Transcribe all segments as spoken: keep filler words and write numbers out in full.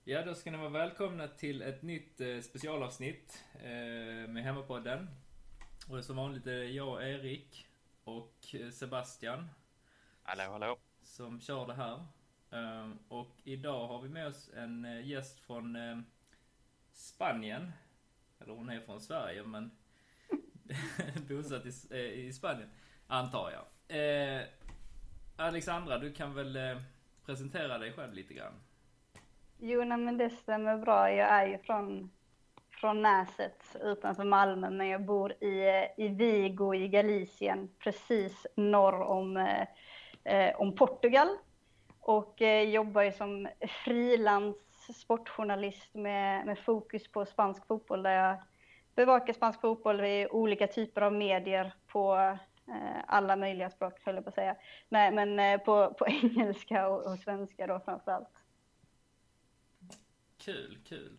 Ja, då ska ni vara välkomna till ett nytt eh, specialavsnitt eh, med Hemmapodden. Och som vanligt är det jag, Erik och Sebastian. Hallå, hallå. Som kör det här. Eh, och idag har vi med oss en eh, gäst från eh, Spanien. Eller hon är från Sverige, men bosatt i, eh, i Spanien, antar jag. Eh, Alexandra, du kan väl eh, presentera dig själv lite grann? Jo, nej, men det stämmer bra. Jag är ju från, från Näset utanför Malmö, men jag bor i, i Vigo i Galicien, precis norr om, eh, om Portugal. Och eh, jobbar ju som frilans sportjournalist med, med fokus på spansk fotboll, där jag bevakar spansk fotboll i olika typer av medier på eh, alla möjliga språk, höll jag på att säga. Men, men eh, på, på engelska och, och svenska då framförallt. Kul, kul.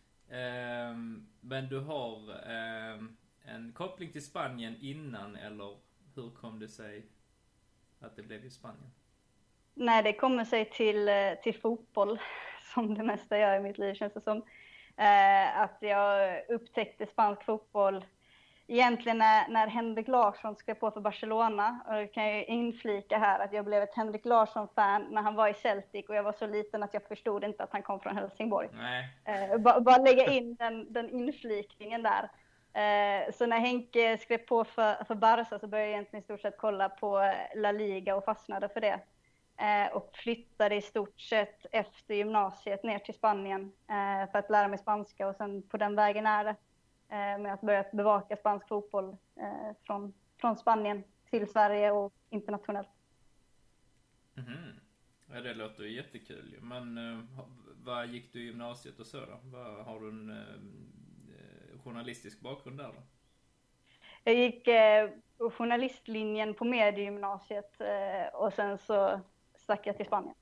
Um, men du har um, en koppling till Spanien innan, eller hur kom det sig att det blev i Spanien? Nej, det kommer sig till, till fotboll, som det mesta gör i mitt liv, känns det som. Uh, att jag upptäckte spansk fotboll egentligen när, när Henrik Larsson skrev på för Barcelona. Och jag kan ju inflika här att jag blev ett Henrik Larsson-fan när han var i Celtic, och jag var så liten att jag förstod inte att han kom från Helsingborg. Nej. Eh, bara, bara lägga in den, den inflikningen där. Eh, så när Henke skrev på för, för Barca så började jag egentligen i stort sett kolla på La Liga och fastnade för det. Eh, och flyttade i stort sett efter gymnasiet ner till Spanien eh, för att lära mig spanska, och sen på den vägen är det. Med att börja bevaka spansk fotboll eh, från, från Spanien till Sverige och internationellt. Mm-hmm. Ja, det låter ju jättekul. Men eh, vad gick du i gymnasiet och så då? Vad, har du en eh, journalistisk bakgrund där då? Jag gick eh, journalistlinjen på mediegymnasiet eh, och sen så stack jag till Spanien.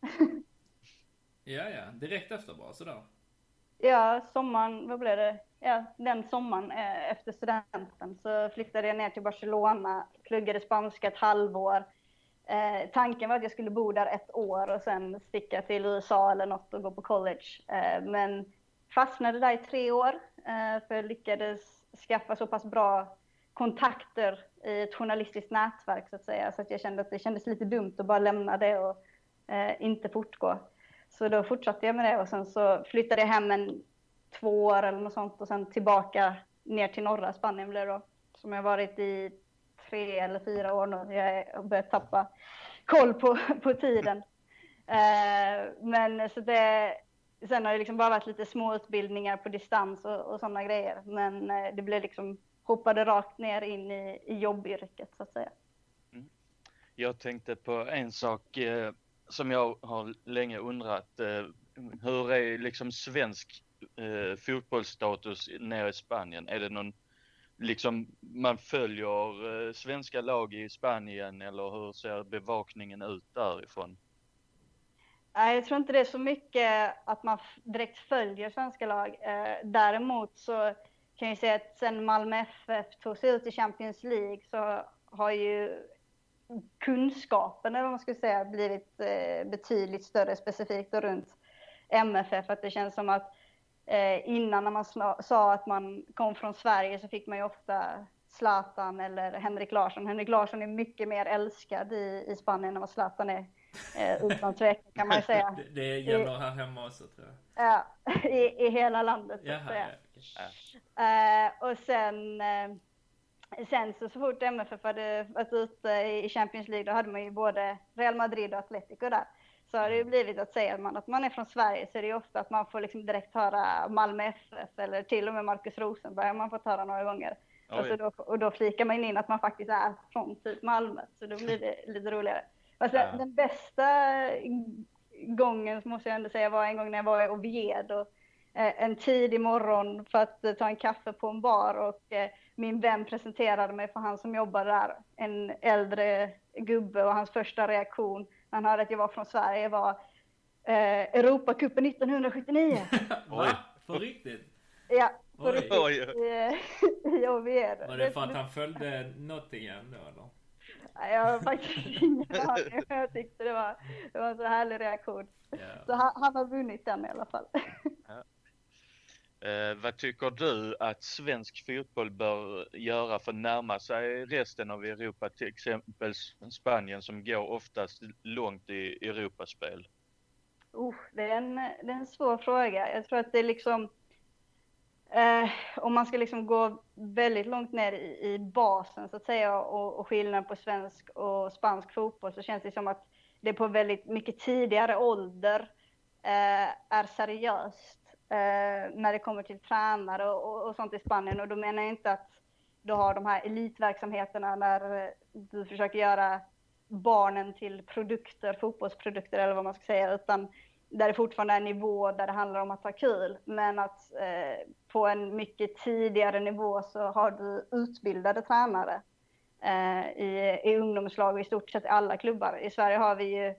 Ja, ja. Direkt efter bara, sådär. Ja, sommaren, vad blev det? Ja, den sommaren eh, efter studenten så flyttade jag ner till Barcelona, pluggade spanska ett halvår. Eh, tanken var att jag skulle bo där ett år och sen sticka till U S A eller något och gå på college. Eh, men fastnade där i tre år eh, för jag lyckades skaffa så pass bra kontakter i ett journalistiskt nätverk, så att säga. Så att jag kände att det kändes lite dumt att bara lämna det och eh, inte fortgå. Så då fortsatte jag med det, och sen så flyttade jag hem en två år eller något sånt, och sen tillbaka ner till norra Spanien blev det då, som jag varit i tre eller fyra år nu. Jag har börjat tappa koll på, på tiden. Eh, men så det, sen har det liksom bara varit lite små utbildningar på distans och, och sådana grejer. Men eh, det blev liksom, hoppade rakt ner in i, i jobbyrket, så att säga. Mm. Jag tänkte på en sak eh, som jag har länge undrat. Eh, hur är liksom svensk eh, fotbollsstatus nere i Spanien? Är det någon, liksom man följer eh, svenska lag i Spanien, eller hur ser bevakningen ut därifrån? Nej, jag tror inte det är så mycket att man direkt följer svenska lag. Eh, däremot så kan jag säga att sen Malmö F F tog sig ut i Champions League så har ju kunskapen, eller vad man ska säga, blivit eh, betydligt större, specifikt och runt M F F. Att det känns som att eh, innan när man sna- sa att man kom från Sverige så fick man ju ofta Zlatan eller Henrik Larsson. Henrik Larsson är mycket mer älskad i, i Spanien än vad Zlatan är, eh, utan tvekan, kan man ju säga. det, det gäller här hemma också, tror jag. Ja, i, i hela landet, så att Jaha, säga. ja. Eh, och sen... Eh, Sen så, så fort M F F hade varit ute i Champions League, då hade man ju både Real Madrid och Atletico där. Så har det ju blivit att säga man att man är från Sverige, så är det ju ofta att man får liksom direkt höra Malmö F F eller till och med Marcus Rosenberg har man fått höra några gånger. Och, så då, och då flikar man in att man faktiskt är från typ Malmö, så då blir det lite roligare. Alltså, ja. Den bästa gången, måste jag ändå säga, var en gång när jag var i Oviedo en tidig morgon för att ta en kaffe på en bar, och min vän presenterade mig för han som jobbar där, en äldre gubbe, och hans första reaktion när han hörde att jag var från Sverige var eh, Europacupen nittonhundrasjuttionio. Va? På riktigt? Ja, på Oj. riktigt. Oj. I, i Oviedo. Var det för att han följde Nottingham då, eller? Jag har faktiskt ingen aning. Jag tyckte det var, det var en så härlig reaktion. Yeah. Så han, han har vunnit den i alla fall. Ja. Eh, vad tycker du att svensk fotboll bör göra för att närma sig resten av Europa, till exempel Spanien som går oftast långt i Europaspel? Uh, det, är en, det är en svår fråga. Jag tror att det är liksom, eh, om man ska liksom gå väldigt långt ner i, i basen så att säga och, och skillnad på svensk och spansk fotboll, så känns det som att det på väldigt mycket tidigare ålder eh, är seriöst. Eh, när det kommer till tränare och, och, och sånt i Spanien. Och då menar jag inte att du har de här elitverksamheterna när du försöker göra barnen till produkter, fotbollsprodukter eller vad man ska säga, utan där det fortfarande är en nivå där det handlar om att ha kul. Men att eh, på en mycket tidigare nivå så har du utbildade tränare eh, i, i ungdomslag och i stort sett i alla klubbar. I Sverige har vi ju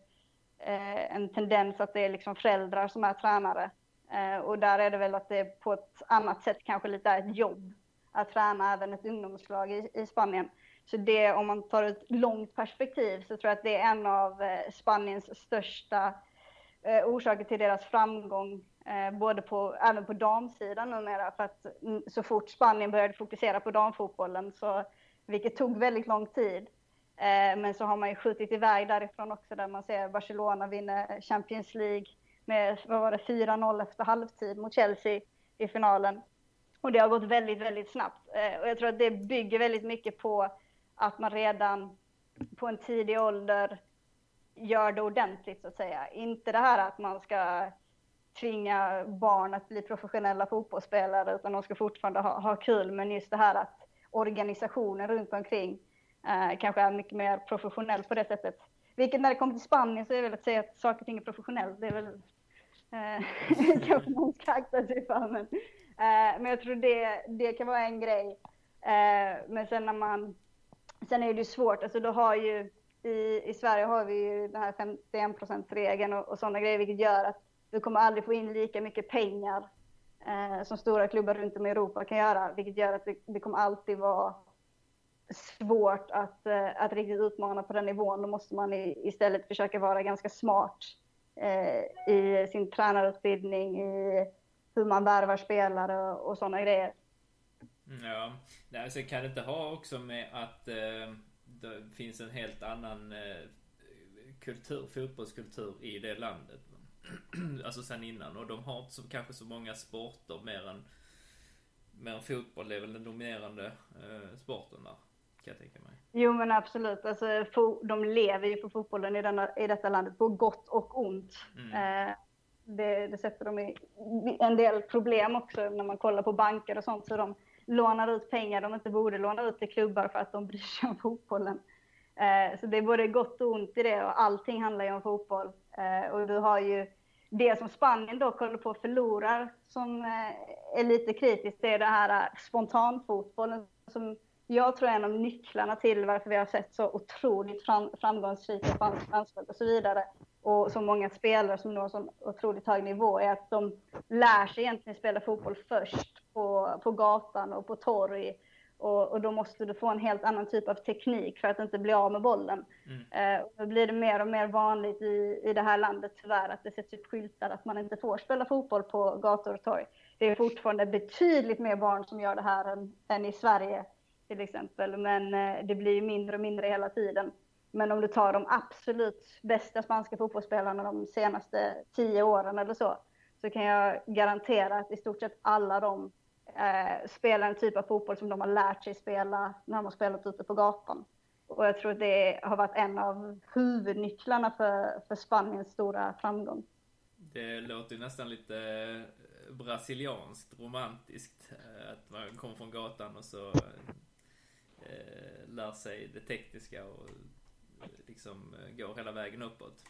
eh, en tendens att det är liksom föräldrar som är tränare. Uh, och där är det väl att det på ett annat sätt kanske lite är ett jobb att träna även ett ungdomslag i, i Spanien. Så det, om man tar ett långt perspektiv, så tror jag att det är en av uh, Spaniens största uh, orsaker till deras framgång, uh, både på, även på damsidan numera. För att mm, så fort Spanien började fokusera på damfotbollen, så, vilket tog väldigt lång tid, uh, men så har man ju skjutit iväg därifrån också, där man ser Barcelona vinna Champions League med, vad var det, fyra noll efter halvtid mot Chelsea i finalen. Och det har gått väldigt, väldigt snabbt. Eh, och jag tror att det bygger väldigt mycket på att man redan på en tidig ålder gör det ordentligt, så att säga. Inte det här att man ska tvinga barn att bli professionella fotbollsspelare, utan de ska fortfarande ha, ha kul. Men just det här att organisationen runt omkring eh, kanske är mycket mer professionell på det sättet. Vilket när det kommer till Spanien så är det väl att säga att saker och ting är professionellt. Det är väl eh, kanske man ska akta sig för. Men, eh, men jag tror det, det kan vara en grej. Eh, men sen när man, sen är det ju svårt. Alltså då har ju, i, i Sverige har vi ju den här femtioen procent-regeln och, och sådana grejer. Vilket gör att du kommer aldrig få in lika mycket pengar eh, som stora klubbar runt om i Europa kan göra. Vilket gör att det, det kommer alltid vara svårt att, att riktigt utmana på den nivån. Då måste man i, istället försöka vara ganska smart eh, i sin tränarutbildning, i hur man värvar spelare och, och sådana grejer. Ja, nej, så kan det inte ha också med att eh, det finns en helt annan eh, kultur, fotbollskultur i det landet. Alltså sen innan. Och de har inte så, kanske så många sporter mer än, mer än fotboll. Det är väl den dominerande eh, sporten där, kan jag tänka mig. Jo men absolut. Alltså, de lever ju på fotbollen i, denna, i detta landet på gott och ont. Mm. Eh, det, det sätter dem i en del problem också när man kollar på banker och sånt. Så de lånar ut pengar de inte borde låna ut till klubbar för att de bryr sig om fotbollen. Eh, så det är både gott och ont i det, och allting handlar ju om fotboll. Eh, och du har ju det som Spanien då håller på att förlora som eh, är lite kritiskt, det är det här eh, spontanfotbollen som jag tror är en av nycklarna till varför vi har sett så otroligt fram, framgångsrika spanska landslag och så vidare. Och så många spelare som når så otroligt hög nivå är att de lär sig egentligen spela fotboll först på, på gatan och på torg. Och, och då måste du få en helt annan typ av teknik för att inte bli av med bollen. Mm. Eh, och då blir det mer och mer vanligt i, i det här landet tyvärr att det sätts upp skyltar att man inte får spela fotboll på gator och torg. Det är fortfarande betydligt mer barn som gör det här än, än i Sverige till exempel. Men eh, det blir mindre och mindre hela tiden. Men om du tar de absolut bästa spanska fotbollsspelarna de senaste tio åren eller så, så kan jag garantera att i stort sett alla de eh, spelar en typ av fotboll som de har lärt sig spela när de har spelat ute på gatan. Och jag tror att det har varit en av huvudnycklarna för, för Spaniens stora framgång. Det låter ju nästan lite brasilianskt, romantiskt. Att man kommer från gatan och så eh, lär sig det tekniska och liksom går hela vägen uppåt.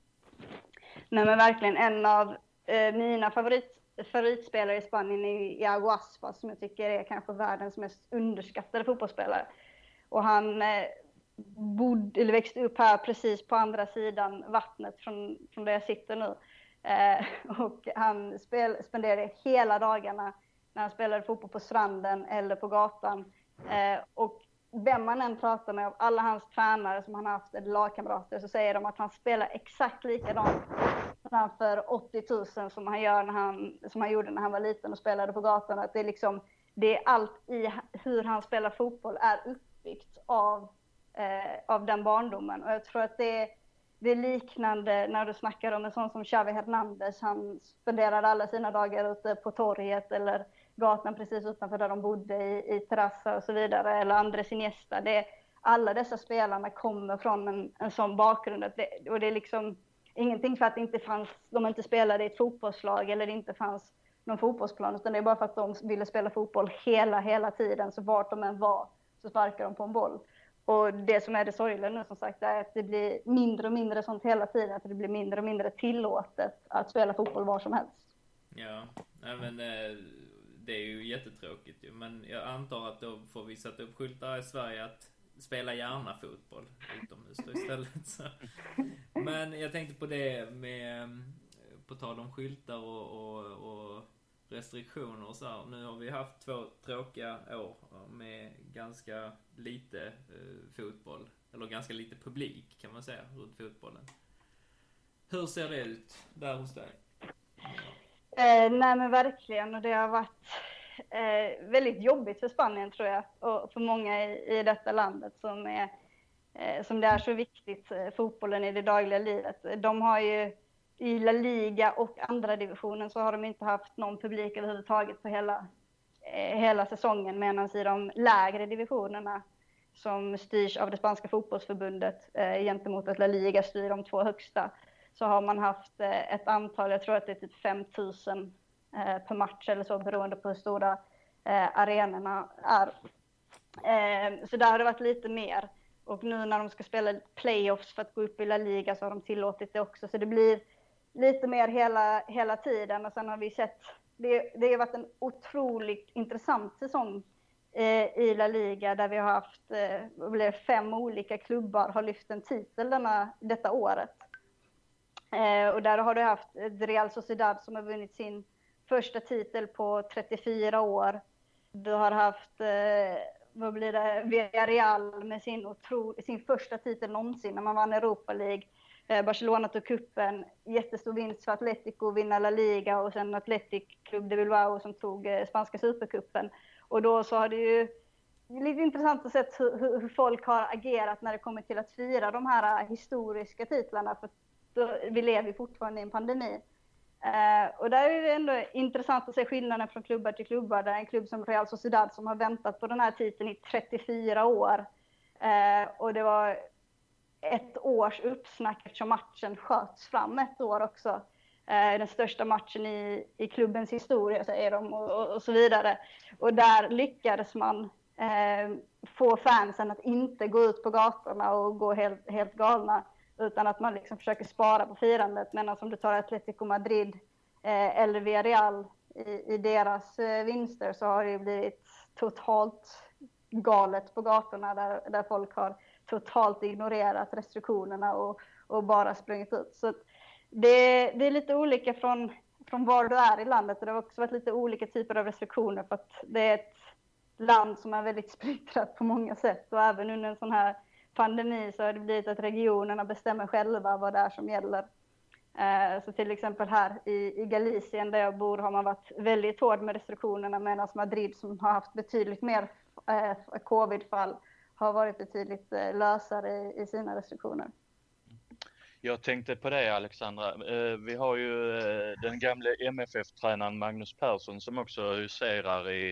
Nej men verkligen, en av eh, mina favorit, favoritspelare i Spanien är Iago Aspas, som jag tycker är kanske världens mest underskattade fotbollsspelare. Och han eh, bod, eller växte upp här precis på andra sidan vattnet från, från där jag sitter nu. Eh, och han spel, spenderade hela dagarna när han spelade fotboll på stranden eller på gatan. Eh, och vem man än pratar med, av alla hans tränare som han har haft eller lagkamrater, så säger de att han spelar exakt likadant framför åttio tusen som han, gör när han, som han gjorde när han var liten och spelade på gatan. Att det är liksom, det är allt i hur han spelar fotboll är uppbyggt av, eh, av den barndomen. Och jag tror att det är, det är liknande när du snackar om en sån som Xavi Hernandez. Han spenderade alla sina dagar ute på torget eller gatan precis utanför där de bodde i, i terrasser och så vidare. Eller Andres Iniesta. Det är, alla dessa spelarna kommer från en, en sån bakgrund. Att det, och det är liksom ingenting för att det inte fanns, de inte spelade i ett fotbollslag eller det inte fanns någon fotbollsplan. Utan det är bara för att de ville spela fotboll hela, hela tiden. Så vart de än var så sparkar de på en boll. Och det som är det sorgliga nu som sagt är att det blir mindre och mindre sånt hela tiden. Att det blir mindre och mindre tillåtet att spela fotboll var som helst. Ja, men det är ju jättetråkigt ju. Men jag antar att då får vi sätta upp skyltar i Sverige att spela gärna fotboll utomhus då istället. Så. Men jag tänkte på det med, på tal om skyltar och, och, och restriktioner och så här. Nu har vi haft två tråkiga år med ganska lite eh, fotboll. Eller ganska lite publik kan man säga runt fotbollen. Hur ser det ut där hos dig? Eh, nej men verkligen, och det har varit eh, väldigt jobbigt för Spanien tror jag. Och för många i, i detta landet som, är, eh, som det är så viktigt, eh, fotbollen i det dagliga livet. De har ju i La Liga och andra divisionen så har de inte haft någon publik överhuvudtaget på hela, eh, hela säsongen. Medan i de lägre divisionerna som styrs av det spanska fotbollsförbundet eh, gentemot att La Liga styr de två högsta. Så har man haft eh, ett antal, jag tror att det är typ fem tusen eh, per match eller så beroende på hur stora eh, arenorna är. Eh, så där har det varit lite mer. Och nu när de ska spela playoffs för att gå upp i La Liga så har de tillåtit det också. Så det blir lite mer hela, hela tiden. Och sen har vi sett, det, det har varit en otroligt intressant säsong eh, i La Liga där vi har haft eh, fem olika klubbar har lyft en titel denna, detta året. Eh, och där har du haft Real Sociedad som har vunnit sin första titel på trettiofyra år. Du har haft eh, vad blir det, Villarreal med sin, otro, sin första titel någonsin när man vann Europa League. Eh, Barcelona tog kuppen, jättestor vinst för Atletico, vinna La Liga och sen Athletic Club de Bilbao som tog eh, spanska supercupen. Och då så har det ju lite intressant att se hur, hur, hur folk har agerat när det kommer till att fira de här historiska titlarna. För vi lever fortfarande i en pandemi. Eh, och där är det ändå intressant att se skillnaden från klubbar till klubbar. Där en klubb som Real Sociedad som har väntat på den här titeln i trettiofyra år. Eh, och det var ett års uppsnack eftersom matchen sköts fram ett år också. Eh, den största matchen i, i klubbens historia säger de och, och, och så vidare. Och där lyckades man eh, få fansen att inte gå ut på gatorna och gå helt, helt galna. Utan att man liksom försöker spara på firandet. Men som du tar Atletico Madrid eh, eller Villarreal i, i deras eh, vinster så har det blivit totalt galet på gatorna. Där, där folk har totalt ignorerat restriktionerna och, och bara sprungit ut. Så det, det är lite olika från, från var du är i landet. Och det har också varit lite olika typer av restriktioner. För att det är ett land som är väldigt splittrat på många sätt. Och även under en sån här pandemi så har det blivit att regionerna bestämmer själva vad det är som gäller. Eh, så till exempel här i, i Galicien där jag bor har man varit väldigt hård med restriktionerna medan Madrid som har haft betydligt mer eh, covid-fall har varit betydligt eh, lösare i, i sina restriktioner. Jag tänkte på det Alexandra. Eh, vi har ju eh, den gamla M F F-tränaren Magnus Persson som också huserar i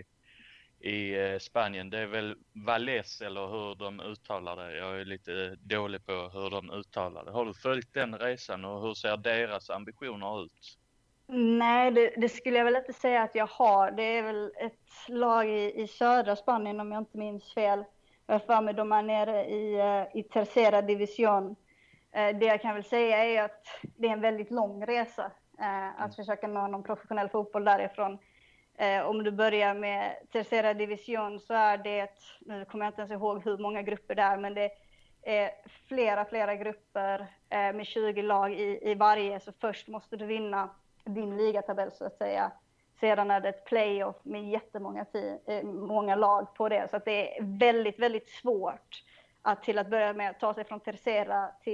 i Spanien. Det är väl Valles eller hur de uttalar det. Jag är lite dålig på hur de uttalar det. Har du följt den resan och hur ser deras ambitioner ut? Nej, det, det skulle jag väl inte säga att jag har. Det är väl ett lag i, i södra Spanien om jag inte minns fel. Jag för mig de är nere i, i tercera division. Det jag kan väl säga är att det är en väldigt lång resa att mm. försöka nå någon professionell fotboll därifrån. Eh, om du börjar med tercera division så är det, nu kommer jag inte ens ihåg hur många grupper det är, men det är flera, flera grupper eh, med tjugo lag i, i varje. Så först måste du vinna din ligatabell så att säga. Sedan är det ett playoff med jättemånga ti- eh, många lag på det. Så att det är väldigt, väldigt svårt att till att börja med ta sig från tercera till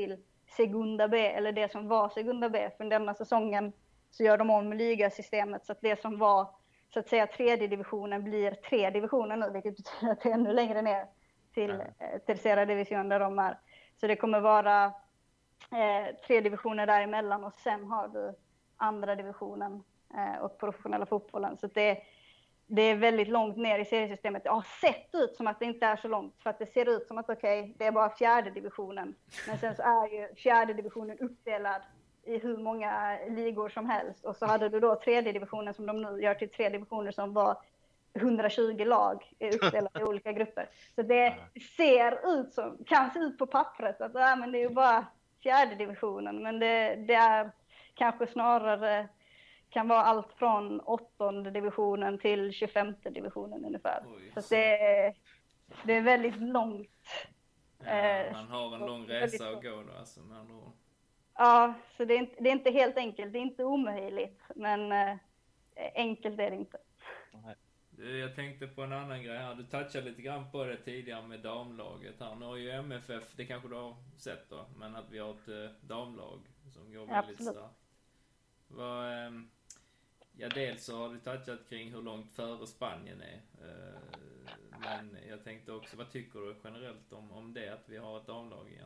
Segunda B, eller det som var Segunda B. För denna säsongen så gör de om ligasystemet så att det som var så att säga tredje divisionen blir tre divisioner nu, vilket betyder att det är ännu längre ner till eh, tercera division där de är. Så det kommer vara eh, tre divisioner däremellan och sen har du andra divisionen eh, och professionella fotbollen. Så det, det är väldigt långt ner i seriesystemet. Det har sett ut som att det inte är så långt, för att det ser ut som att okej, okay, det är bara fjärde divisionen. Men sen så är ju fjärde divisionen uppdelad i hur många ligor som helst. Och så hade du då tredje divisionen som de nu gör till tre divisioner som var hundratjugo lag uppdelade i olika grupper. Så det ser ut som, kan se ut på pappret att äh, men det är ju bara fjärde divisionen. Men det, det är kanske snarare kan vara allt från åttonde divisionen till tjugofemte divisionen ungefär. Oj, så det är, det är väldigt långt. Ja, eh, man har en lång resa att gå då alltså med andra ord. Ja, så det är, inte, det är inte helt enkelt. Det är inte omöjligt, men eh, enkelt är det inte. Du, jag tänkte på en annan grej här. Du touchade lite grann på det tidigare med damlaget här. Nu har ju M F F, det kanske du har sett då, men att vi har ett eh, damlag som går väldigt Absolut. starkt. Vad, eh, ja, dels så har du touchat kring hur långt före Spanien är. Eh, men jag tänkte också, vad tycker du generellt om, om det, att vi har ett damlag igen?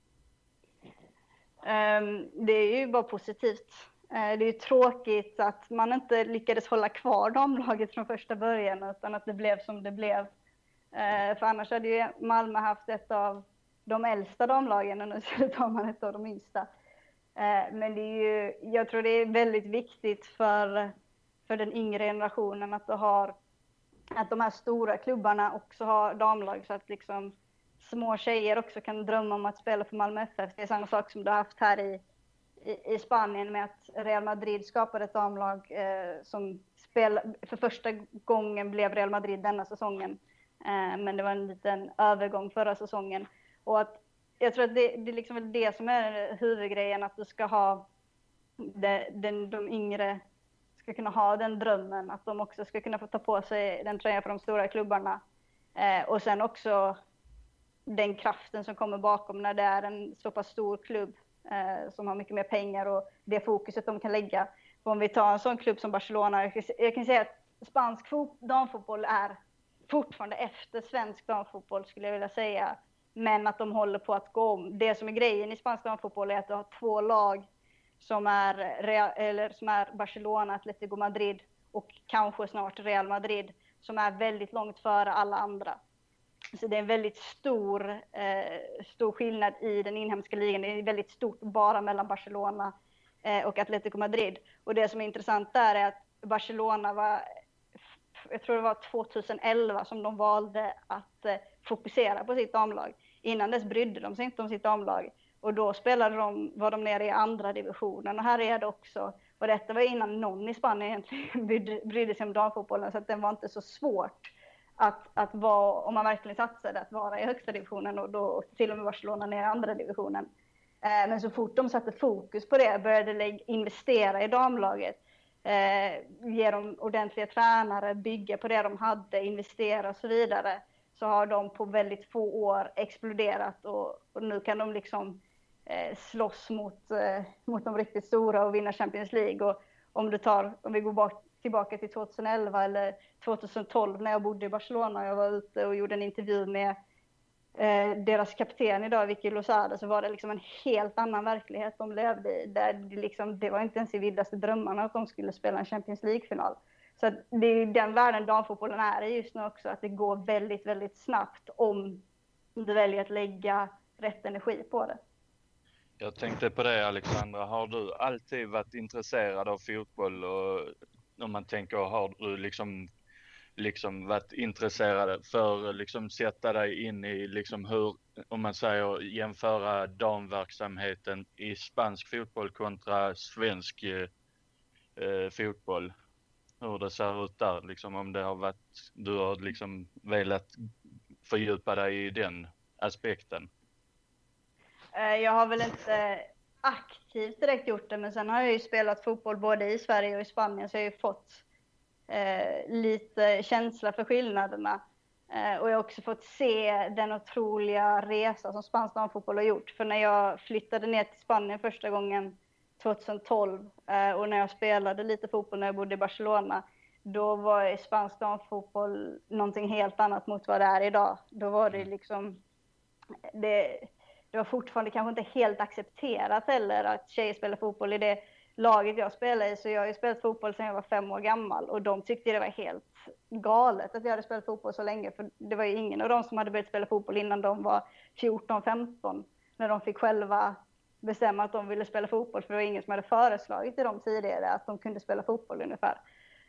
Um, det är ju bara positivt. Uh, det är ju tråkigt att man inte lyckades hålla kvar damlaget från första början, utan att det blev som det blev. Uh, för annars hade ju Malmö haft ett av de äldsta damlagen och nu så tar man ett av de yngsta. Uh, men det är ju, jag tror det är väldigt viktigt för, för den yngre generationen att, du har, att de här stora klubbarna också har damlag, så att liksom små tjejer också kan drömma om att spela för Malmö F F. Det är samma sak som du har haft här i, i, i Spanien med att Real Madrid skapade ett damlag eh, som spel, för första gången blev Real Madrid denna säsongen. Eh, men det var en liten övergång förra säsongen. Och att, jag tror att det, det är liksom det som är huvudgrejen, att du ska ha det, den, de yngre ska kunna ha den drömmen, att de också ska kunna få ta på sig den tröjan för de stora klubbarna. Eh, och sen också den kraften som kommer bakom när det är en så pass stor klubb eh, som har mycket mer pengar och det fokuset de kan lägga. För om vi tar en sån klubb som Barcelona, jag kan, jag kan säga att spansk fot, damfotboll är fortfarande efter svensk damfotboll, skulle jag vilja säga. Men att de håller på att gå om. Det som är grejen i spansk damfotboll är att du har två lag som är, eller som är Barcelona, Atletico Madrid och kanske snart Real Madrid, som är väldigt långt före alla andra. Så det är en väldigt stor, eh, stor skillnad i den inhemska ligan. Det är väldigt stort bara mellan Barcelona eh, och Atletico Madrid. Och det som är intressant där är att Barcelona var, jag tror det var tjugoelva som de valde att eh, fokusera på sitt damlag. Innan dess brydde de sig inte om sitt damlag. Och då spelade de, var de nere i andra divisionen. Och här är det också. Och detta var innan någon i Spanien egentligen brydde, brydde sig om damfotbollen. Så att den var inte så svårt. Att, att vara, om man verkligen satsade, att vara i högsta divisionen, och då till och med Barcelona ner i andra divisionen. Eh, men så fort de satte fokus på det, började lägga, investera i damlaget, eh, ge dem ordentliga tränare, bygga på det de hade, investera och så vidare, så har de på väldigt få år exploderat och, och nu kan de liksom eh, slåss mot, eh, mot de riktigt stora och vinna Champions League. Och om du tar, om vi går bort tillbaka till tjugoelva eller tjugotolv när jag bodde i Barcelona och jag var ute och gjorde en intervju med eh, deras kapten idag, Vicky Lozada, så var det liksom en helt annan verklighet de levde i. Där det, liksom, det var inte ens i vildaste drömmarna att de skulle spela en Champions League-final. Så att det är den världen damfotbollen är i just nu också, att det går väldigt, väldigt snabbt om du väljer att lägga rätt energi på det. Jag tänkte på det, Alexandra. Har du alltid varit intresserad av fotboll? Och om man tänker, har du liksom, liksom varit intresserad för att liksom sätta dig in i liksom hur, om man säger jämföra damverksamheten i spansk fotboll kontra svensk eh, fotboll? Hur det ser ut där, liksom, om det har varit, du har liksom velat fördjupa dig i den aspekten? Jag har väl inte aktivt direkt gjort det, men sen har jag ju spelat fotboll både i Sverige och i Spanien, så jag har ju fått eh, lite känsla för skillnaderna. Eh, och jag har också fått se den otroliga resa som spansk damfotboll har gjort. För när jag flyttade ner till Spanien första gången tjugohundratolv eh, och när jag spelade lite fotboll när jag bodde i Barcelona, då var spansk damfotboll någonting helt annat mot vad det är idag. Då var det liksom, det, det var fortfarande kanske inte helt accepterat heller att tjejer spelar fotboll i det laget jag spelade i. Så jag har ju spelat fotboll sedan jag var fem år gammal och de tyckte det var helt galet att jag hade spelat fotboll så länge. För det var ju ingen av dem som hade börjat spela fotboll innan de var fjorton femton, när de fick själva bestämma att de ville spela fotboll, för det var ingen som hade föreslagit till dem tidigare att de kunde spela fotboll ungefär.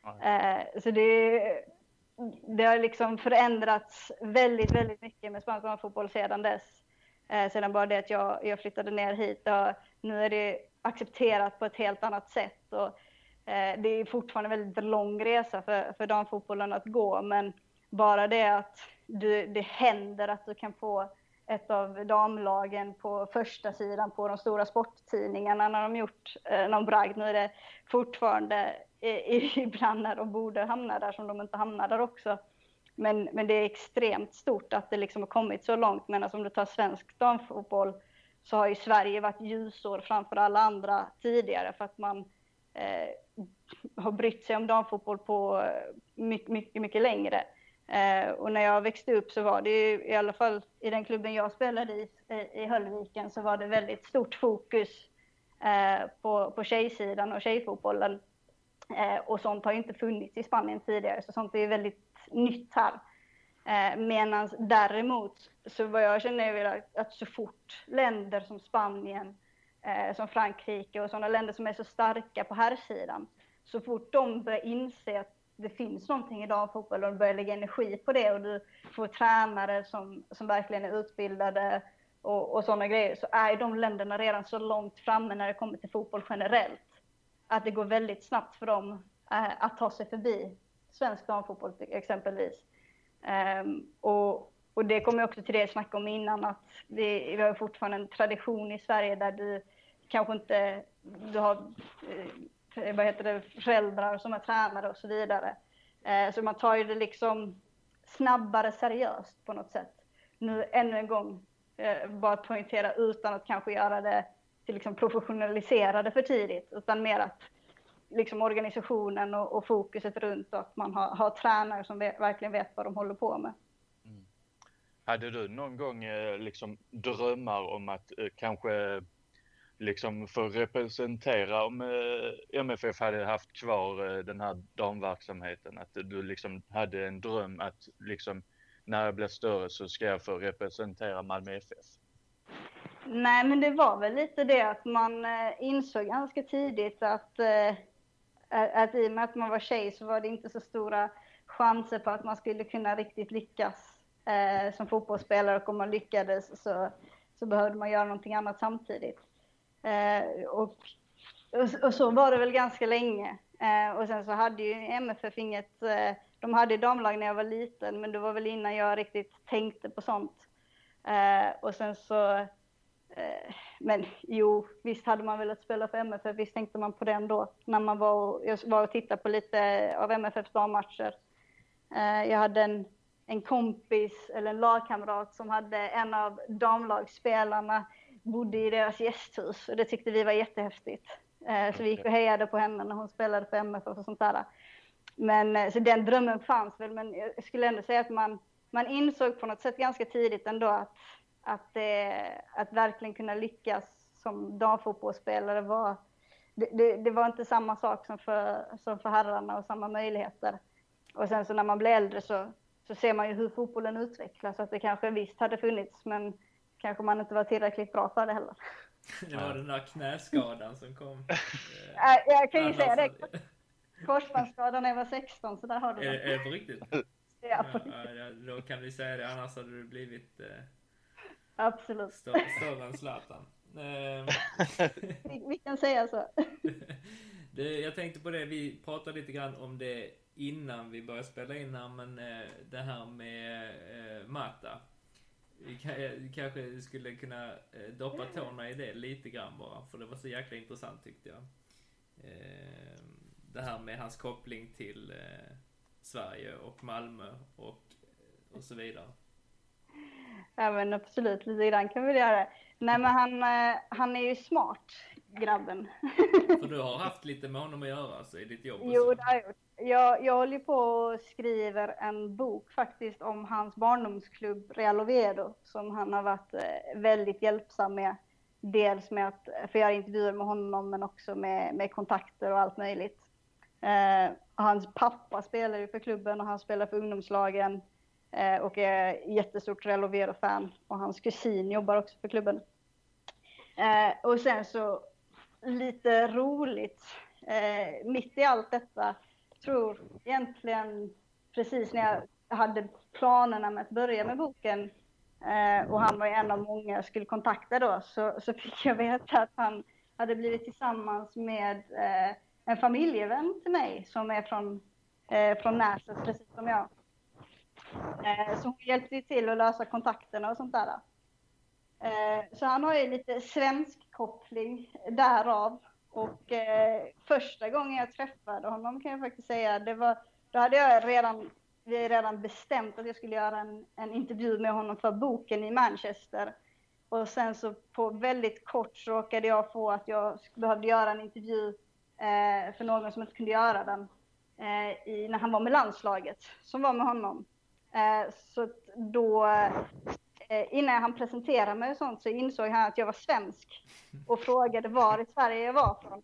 Eh, så det, det har liksom förändrats väldigt, väldigt mycket med spansk damfotboll sedan dess. Eh, sedan bara det att jag, jag flyttade ner hit och nu är det accepterat på ett helt annat sätt. Och, eh, det är fortfarande en väldigt lång resa för, för damfotbollen att gå, men bara det att du, det händer att du kan få ett av damlagen på första sidan på de stora sporttidningarna när de gjort eh, någon bragd. Nu är det fortfarande eh, ibland när de borde hamna där som de inte hamnar där också. Men, men det är extremt stort att det liksom har kommit så långt. Men alltså, om du tar svensk damfotboll så har ju Sverige varit ljusår framför alla andra tidigare, för att man eh, har brytt sig om damfotboll på mycket, mycket, mycket längre. Eh, och när jag växte upp så var det ju, i alla fall i den klubben jag spelade i, i Höllviken, så var det väldigt stort fokus eh, på, på tjejsidan och tjejfotbollen. Eh, och sånt har ju inte funnits i Spanien tidigare, så sånt är ju väldigt nytt här. Eh, Medan däremot, så vad jag känner är att, att så fort länder som Spanien, eh, som Frankrike och sådana länder som är så starka på här sidan, så fort de börjar inse att det finns någonting i damfotboll och de börjar lägga energi på det och du får tränare som, som verkligen är utbildade och, och sådana grejer, så är de länderna redan så långt framme när det kommer till fotboll generellt att det går väldigt snabbt för dem eh, att ta sig förbi svensk damfotboll exempelvis. Um, och, och det kommer också till det jag snackade om innan, att det, vi har fortfarande en tradition i Sverige där du kanske inte du har eh, vad heter det, föräldrar som är tränare och så vidare. Eh, så man tar ju det liksom snabbare seriöst på något sätt. Nu ännu en gång eh, bara att poängtera utan att kanske göra det till liksom professionaliserade för tidigt, utan mer att liksom organisationen och, och fokuset runt och att man har, har tränare som vet, verkligen vet vad de håller på med. Mm. Hade du någon gång eh, liksom drömmar om att eh, kanske liksom få representera, om eh, M F F hade haft kvar eh, den här damverksamheten, att du liksom hade en dröm att liksom när jag blir större så ska jag få representera Malmö F F? Nej, men det var väl lite det att man eh, insåg ganska tidigt att, eh, att i och med att man var tjej så var det inte så stora chanser på att man skulle kunna riktigt lyckas eh, som fotbollsspelare, och om man lyckades så, så behövde man göra någonting annat samtidigt. Eh, och, och, och så var det väl ganska länge. Eh, och sen så hade ju M F F inget, eh, de hade damlag när jag var liten, men det var väl innan jag riktigt tänkte på sånt. Eh, och sen så Men jo, visst hade man velat spela för M F F, visst tänkte man på den då. När man var och, jag var och tittade på lite av M F F:s dammatcher. Jag hade en, en kompis, eller en lagkamrat, som hade en av damlagsspelarna, bodde i deras gästhus. Och det tyckte vi var jättehäftigt. Så vi gick och hejade på henne när hon spelade för M F F och sånt där. Men, så den drömmen fanns väl, men jag skulle ändå säga att man, man insåg på något sätt ganska tidigt ändå att Att, eh, att verkligen kunna lyckas som damfotbollsspelare var, det, det, det var inte samma sak som för, som för herrarna och samma möjligheter. Och sen så när man blir äldre så, så ser man ju hur fotbollen utvecklas, så att det kanske visst hade funnits, men kanske man inte var tillräckligt bra för det heller. Det var den där knäskadan som kom. äh, jag kan ju säga det. Korsbandsskadan när jag var sexton, så där har du det. Är, är det på riktigt? Ja, på riktigt. Ja, ja, då kan vi säga det, annars hade du blivit... Eh... Absolut. Stör, större än Zlatan. vi, vi kan säga så. det, jag tänkte på det, vi pratade lite grann om det innan vi började spela in här, men eh, det här med eh, Mata. Vi, kan, vi kanske skulle kunna eh, doppa tårna i det lite grann bara, för det var så jäkla intressant tyckte jag. Eh, det här med hans koppling till eh, Sverige och Malmö och och så vidare. Ja men absolut, lite grann kan vi göra. Nej men han, han är ju smart, grabben. För du har haft lite med honom att göra alltså, i ditt jobb? Jo, det har jag gjort. Jag, jag håller på och skriver en bok faktiskt om hans barndomsklubb Real Oviedo, som han har varit väldigt hjälpsam med. Dels med att få göra intervjuer med honom, men också med, med kontakter och allt möjligt. Eh, hans pappa spelar ju för klubben och han spelar för ungdomslagen. Eh, och är jättestort Real Oviedo-fan. Och hans kusin jobbar också för klubben. Eh, och sen så lite roligt, eh, mitt i allt detta, tror egentligen precis när jag hade planerna med att börja med boken, eh, och han var en av många jag skulle kontakta då, så, så fick jag veta att han hade blivit tillsammans med eh, en familjevän till mig som är från, eh, från Näset, precis som jag. Eh, så hon hjälpte till att lösa kontakterna och sånt där. Eh, så han har ju lite svensk koppling därav. Och eh, första gången jag träffade honom kan jag faktiskt säga, det var, då hade jag redan, vi hade redan bestämt att jag skulle göra en, en intervju med honom för boken i Manchester. Och sen så på väldigt kort så råkade jag få att jag behövde göra en intervju eh, för någon som inte kunde göra den eh, i, när han var med landslaget, som var med honom. Eh, så då, eh, innan han presenterade mig och sånt, så insåg han att jag var svensk och frågade var i Sverige jag var från.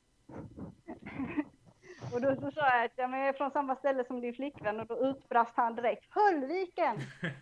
Och då så sa jag att ja, men jag är från samma ställe som din flickvän, och då utbrast han direkt: Höllviken!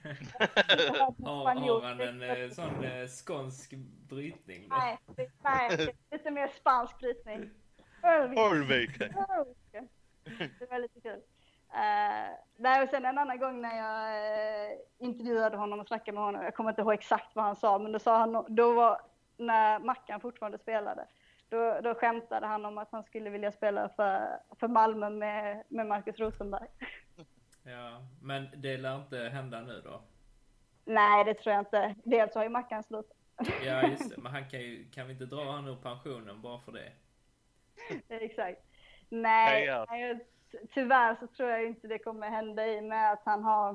Har, har han en eh, sån eh, skånsk brytning då? Nej, det, nej, lite mer spansk brytning. Höllviken! Höllviken! Det var lite kul. Uh, nej, och sen en annan gång när jag uh, intervjuade honom och snackade med honom, jag kommer inte ihåg exakt vad han sa, men då sa han, då var när Mackan fortfarande spelade, då, då skämtade han om att han skulle vilja spela för, för Malmö med, med Marcus Rosenberg. Ja, men det lär inte hända nu då? Nej, det tror jag inte. Dels har ju Mackan slutat. Ja, just det. Men han kan ju, kan vi inte dra han ur pensionen bara för det? Exakt. Nej, ja. nej, tyvärr så tror jag inte det kommer hända, i med att han har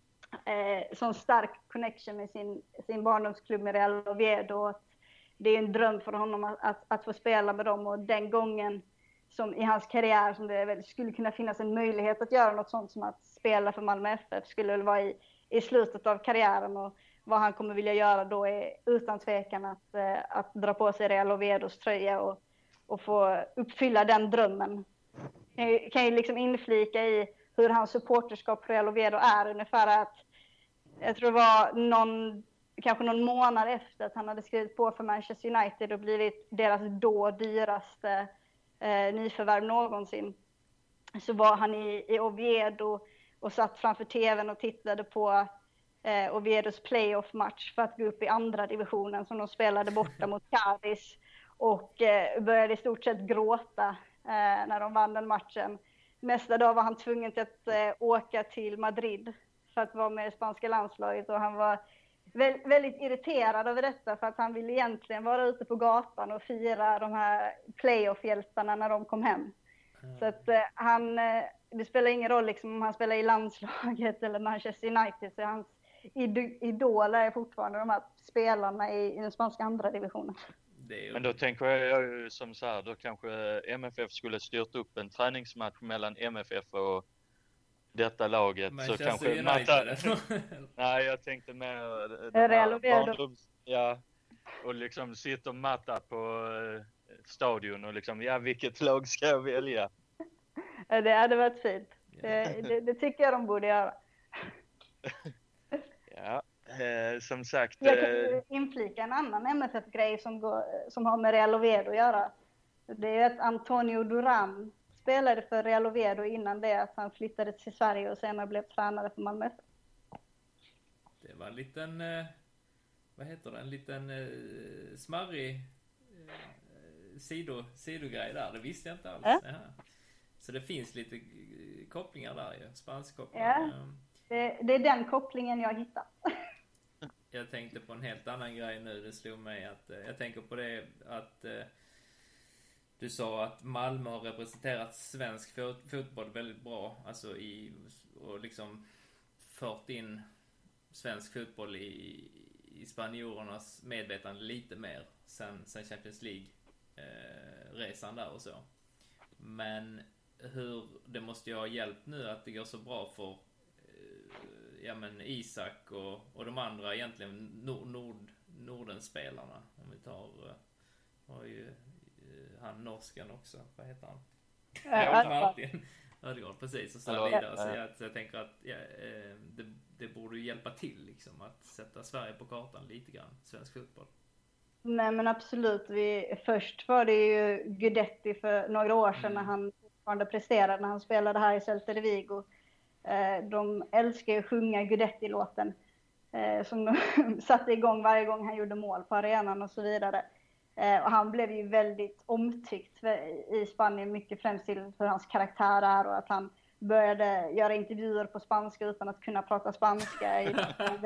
eh, sån stark connection med sin, sin barndomsklubb med Real Oviedo. Att det är en dröm för honom att, att, att få spela med dem, och den gången som i hans karriär som det väl skulle kunna finnas en möjlighet att göra något sånt som att spela för Malmö F F skulle väl vara i, i slutet av karriären, och vad han kommer vilja göra då är utan tvekan att, eh, att dra på sig Real Oviedos tröja och, och få uppfylla den drömmen. Jag kan ju liksom inflika i hur hans supporterskap på Real Oviedo är ungefär att jag tror det var någon, kanske någon månad efter att han hade skrivit på för Manchester United och blivit deras då dyraste eh, nyförvärv någonsin, så var han i, i Oviedo och satt framför tvn och tittade på eh, Oviedos playoff-match för att gå upp i andra divisionen som de spelade borta mot Cadiz, och eh, började i stort sett gråta Eh, när de vann den matchen. Nästa dag var han tvungen till att eh, åka till Madrid för att vara med i spanska landslaget, och han var vä- väldigt irriterad över detta, för att han ville egentligen vara ute på gatan och fira de här playoff-hjältarna när de kom hem. Mm. Så att eh, han, eh, det spelar ingen roll liksom, om han spelar i landslaget eller Manchester United, så hans id- idoler är fortfarande de här spelarna i, i den spanska andra divisionen. Men då tänker jag ju som så här, då kanske M F F skulle styrt upp en träningsmatch mellan M F F och detta laget. Manchester så kanske United. Matta... Nej, jag tänkte mer Real Oviedo. Ja, och liksom sitter Matta på stadion och liksom, ja, vilket lag ska jag välja? Det hade varit fint. Det, det, det tycker jag de borde göra. Ja. Eh, som sagt... Jag kan ju inflika en annan M F F-grej som, går, som har med Real Oviedo att göra. Det är att Antonio Duran spelade för Real Oviedo innan det att han flyttade till Sverige och senare blev tränare för Malmö F F. Det var en liten, eh, vad heter det, en liten eh, smarrig eh, sido, sidogrej där. Det visste jag inte alls. Äh? Ja. Så det finns lite eh, kopplingar där ju, spansk kopplingar. Ja, det, det är den kopplingen jag hittar. Jag tänkte på en helt annan grej nu. Det slog mig att, jag tänker på det att eh, du sa att Malmö har representerat svensk fot- fotboll väldigt bra. Alltså i, och liksom fört in svensk fotboll i, i spanjorernas medvetande lite mer sen, sen Champions League eh, resan där och så. Men hur, det måste ju ha hjälpt nu att det går så bra för eh, ja men Isak och, och de andra egentligen nord, nord, Nordenspelarna. Om vi tar eh, har ju eh, han norskan också, vad heter han? Ödegaard. Ödegaard, precis, och så vidare. Så jag, så jag tänker att ja, eh, det, det borde ju hjälpa till liksom att sätta Sverige på kartan lite grann, svensk fotboll. Nej men absolut, vi, först var det ju Guidetti för några år sedan mm. när han fortfarande presterade, när han spelade här i Celta de Vigo. Eh, de älskar ju att sjunga Guidetti-låten eh, som de satte igång varje gång han gjorde mål på arenan och så vidare. Eh, och han blev ju väldigt omtyckt i Spanien, mycket främst till för hans karaktär är och att han började göra intervjuer på spanska utan att kunna prata spanska. i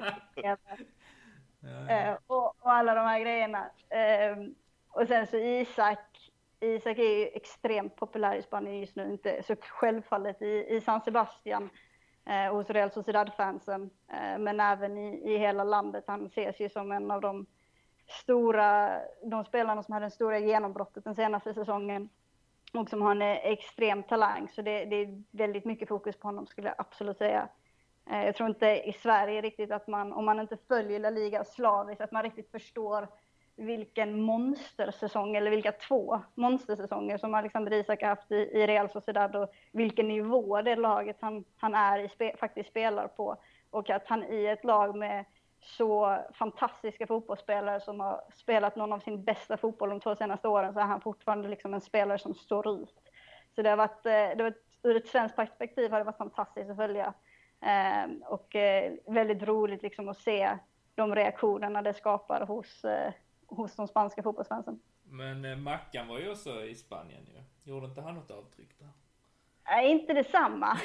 Eh, och, och alla de här grejerna. Eh, och sen så Isak, Isak är ju extremt populär i Spanien just nu, inte så självfallet i, i San Sebastian eh, hos Real Sociedad-fansen, eh, men även i, i hela landet. Han ses ju som en av de stora, de spelarna som hade den stora genombrottet den senaste säsongen och som har en extrem talang, så det, det är väldigt mycket fokus på honom, skulle jag absolut säga. Jag tror inte i Sverige riktigt att man, om man inte följer La Liga slaviskt, att man riktigt förstår vilken monstersäsong, eller vilka två monstersäsonger som Alexander Isak har haft i, i Real Sociedad och vilken nivå det laget han, han är i spe, faktiskt spelar på. Och att han i ett lag med så fantastiska fotbollsspelare som har spelat någon av sin bästa fotboll de två senaste åren, så är han fortfarande liksom en spelare som står ut. Så det har varit, det har varit, ur ett svenskt perspektiv har det varit fantastiskt att följa. Eh, och eh, väldigt roligt liksom att se de reaktionerna det skapar hos, eh, hos de spanska fotbollsfansen. Men eh, Mackan var ju också i Spanien ju. Gjorde inte han något avtryck där? Nej, inte detsamma.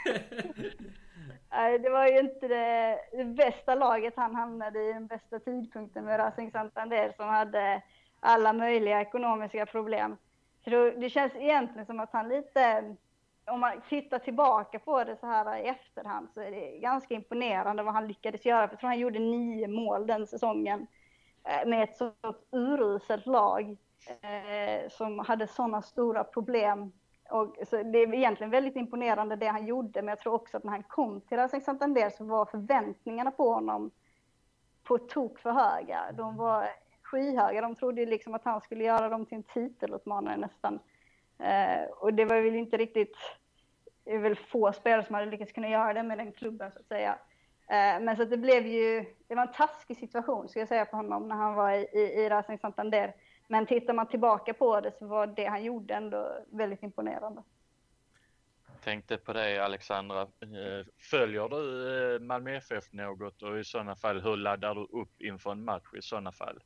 Nej, det var ju inte det, det bästa laget han hamnade i, den bästa tidpunkten med Racing Santander som hade alla möjliga ekonomiska problem. Så då, det känns egentligen som att han lite... Om man tittar tillbaka på det så här i efterhand så är det ganska imponerande vad han lyckades göra. För jag tror han gjorde nio mål den säsongen med ett så uruselt lag eh, som hade sådana stora problem. Och, så det är egentligen väldigt imponerande det han gjorde, men jag tror också att när han kom till Racing Santander så var förväntningarna på honom på tok för höga. De var skyhöga, de trodde liksom att han skulle göra dem till en titelutmanare nästan. Uh, och det var väl inte riktigt, det är väl få spelare som hade lyckats kunna göra det med den klubben så att säga. Uh, men så att det blev ju, det var en taskig situation ska jag säga för honom när han var i, i, i Racing Santander. Men tittar man tillbaka på det så var det han gjorde ändå väldigt imponerande. Tänkte på det, Alexandra. Följer du Malmö F F något och i sådana fall hur laddar du upp inför en match i sådana fall?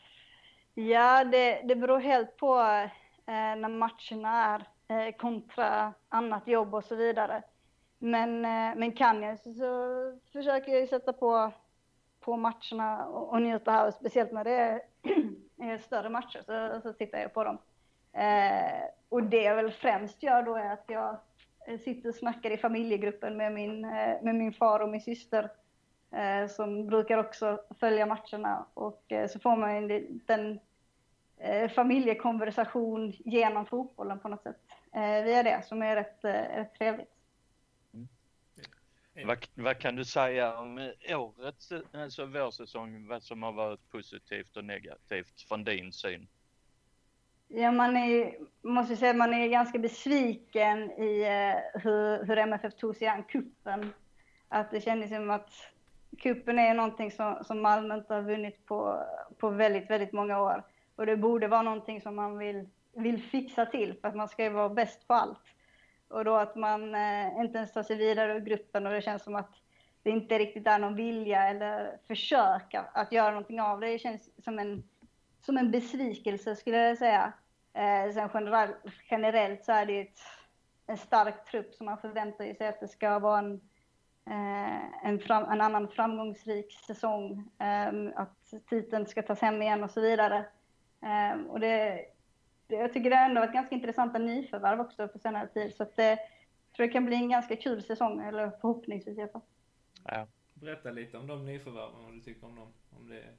Ja, det, det beror helt på eh, när matcherna är eh, kontra annat jobb och så vidare. Men, eh, men kan jag så, så försöker jag sätta på, på matcherna och, och njuta här. Speciellt när det är, är större matcher så, så tittar jag på dem. Eh, och det jag väl främst gör då är att jag sitter och snackar i familjegruppen med min, eh, med min far och min syster. Eh, som brukar också följa matcherna. Och eh, så får man en liten eh, familjekonversation genom fotbollen på något sätt. Eh, via det som är rätt, eh, rätt trevligt. Mm. Vad, vad kan du säga om årets, alltså vårsäsong, vad som har varit positivt och negativt från din syn? Ja, man är, måste säga att man är ganska besviken i eh, hur, hur M F F tog sig an kuppen. Att det kändes som att kuppen är någonting som, som Malmö inte har vunnit på, på väldigt, väldigt många år. Och det borde vara någonting som man vill, vill fixa till för att man ska ju vara bäst på allt. Och då att man eh, inte ens tar sig vidare ur gruppen och det känns som att det inte riktigt är någon vilja eller försök att, att göra någonting av det. Det känns som en, som en besvikelse skulle jag säga. Eh, sen generell, generellt så är det ett, en stark trupp som man förväntar sig att det ska vara en En, fram, en annan framgångsrik säsong, um, att titeln ska tas hem igen och så vidare. Um, och det, det, jag tycker det har ändå varit ganska intressanta nyförvärv också på senare tid. Så att det, jag tror det kan bli en ganska kul säsong, eller förhoppningsvis i alla fall. Ja, berätta lite om de nyförvärven, vad du tycker om dem. Om det...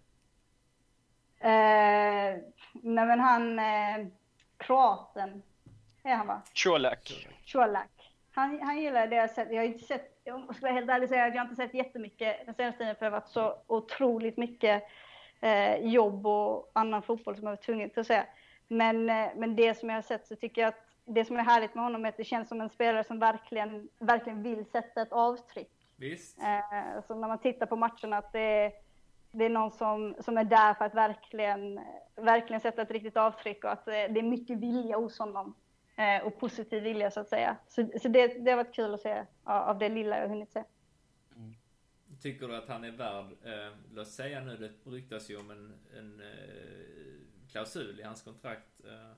eh, nej men han, eh, kroaten, är han va? Colak. Colak. Han, han gillar det jag sett. Jag har inte sett, jag måste vara helt ärlig och säga att jag inte sett jättemycket den senaste tiden, för det har varit så otroligt mycket eh, jobb och annan fotboll som jag var tvungen att säga. Men, eh, men det som jag har sett, så tycker jag att det som är härligt med honom är att det känns som en spelare som verkligen, verkligen vill sätta ett avtryck. Visst. Eh, så när man tittar på matcherna, att det är, det är någon som, som är där för att verkligen, verkligen sätta ett riktigt avtryck, och att det är mycket vilja hos honom. Eh, och positiv vilja, så att säga. Så, så det, det har varit kul att se av, av det lilla jag hunnit se. Mm. Tycker du att han är värd, eh, låt säga nu, det ryktas ju om en, en eh, klausul i hans kontrakt eh,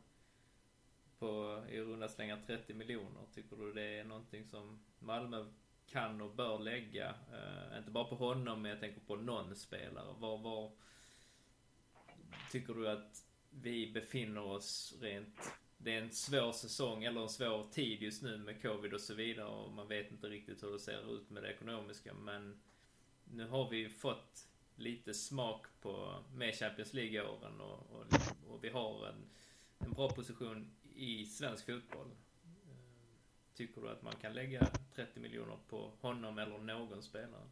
på i runda slängar trettio miljoner. Tycker du det är någonting som Malmö kan och bör lägga, eh, inte bara på honom, men jag tänker på någon spelare. Var, var tycker du att vi befinner oss rent? Det är en svår säsong eller en svår tid just nu med covid och så vidare, och man vet inte riktigt hur det ser ut med det ekonomiska, men nu har vi fått lite smak på med Champions League-åren, och, och, och vi har en, en bra position i svensk fotboll. Tycker du att man kan lägga trettio miljoner på honom eller någon spelare?